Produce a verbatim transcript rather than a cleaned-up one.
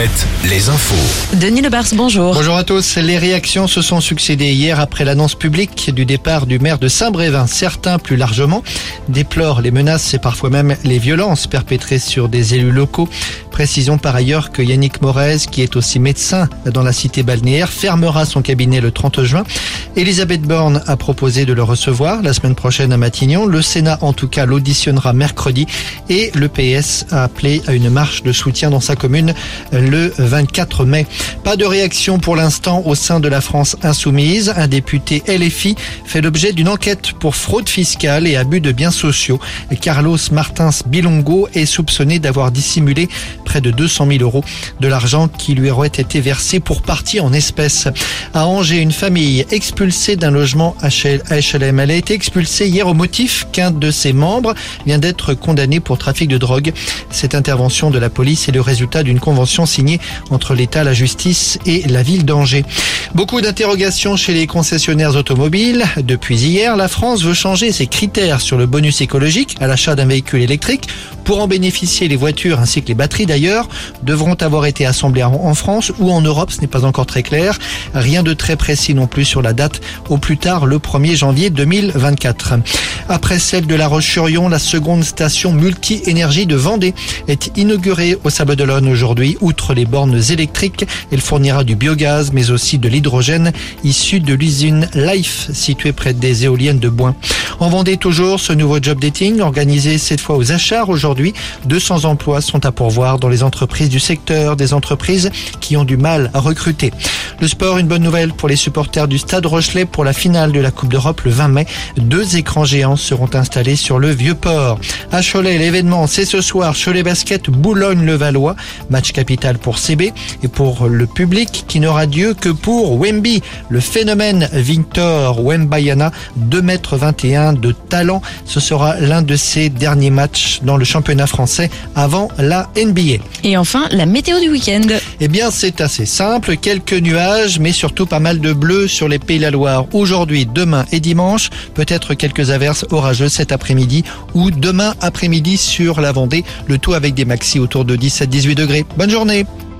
sept, les infos. Denis Lebars, bonjour. Bonjour à tous. Les réactions se sont succédées hier après l'annonce publique du départ du maire de Saint-Brévin. Certains, plus largement, déplorent les menaces et parfois même les violences perpétrées sur des élus locaux. Précisons par ailleurs que Yannick Morez, qui est aussi médecin dans la cité balnéaire, fermera son cabinet le trente juin. Elisabeth Borne a proposé de le recevoir la semaine prochaine à Matignon. Le Sénat, en tout cas, l'auditionnera mercredi et le P S a appelé à une marche de soutien dans sa commune le vingt-quatre mai. Pas de réaction pour l'instant au sein de la France insoumise. Un député L F I fait l'objet d'une enquête pour fraude fiscale et abus de biens sociaux. Carlos Martins Bilongo est soupçonné d'avoir dissimulé près de deux cent mille euros de l'argent qui lui aurait été versé pour partie en espèces. À Angers, une famille expulsée d'un logement H L M. Elle a été expulsée hier au motif qu'un de ses membres vient d'être condamné pour trafic de drogue. Cette intervention de la police est le résultat d'une convention signée entre l'État, la justice et la ville d'Angers. Beaucoup d'interrogations chez les concessionnaires automobiles. Depuis hier, la France veut changer ses critères sur le bonus écologique à l'achat d'un véhicule électrique. Pour en bénéficier, les voitures ainsi que les batteries d'ailleurs devront avoir été assemblées en France ou en Europe, ce n'est pas encore très clair. Rien de très précis non plus sur la date, au plus tard le premier janvier deux mille vingt-quatre. Après celle de La Roche-sur-Yon, la seconde station multi-énergie de Vendée est inaugurée au Sables-d'Olonne aujourd'hui. Outre les bornes électriques, elle fournira du biogaz mais aussi de l'hydrogène issu de l'usine Life située près des éoliennes de Boin. En Vendée toujours, ce nouveau job dating organisé cette fois aux Achards aujourd'hui. deux cents emplois sont à pourvoir dans les entreprises du secteur, des entreprises qui ont du mal à recruter. Le sport, une bonne nouvelle pour les supporters du Stade Rochelais pour la finale de la Coupe d'Europe le vingt mai. Deux écrans géants seront installés sur le Vieux-Port. À Cholet, l'événement, c'est ce soir, Cholet Basket Boulogne-le-Valois. Match capital pour C B et pour le public qui n'aura Dieu que pour Wemby. Le phénomène Victor Wembanyama, deux mètres vingt et un de talent. Ce sera l'un de ses derniers matchs dans le championnat français avant la N B A. Et enfin, la météo du week-end. Eh bien, c'est assez simple. Quelques nuages, mais surtout pas mal de bleu sur les Pays de la Loire. Aujourd'hui, demain et dimanche, peut-être quelques averses orageuses cet après-midi ou demain après-midi sur la Vendée. Le tout avec des maxis autour de dix-sept à dix-huit degrés. Bonne journée.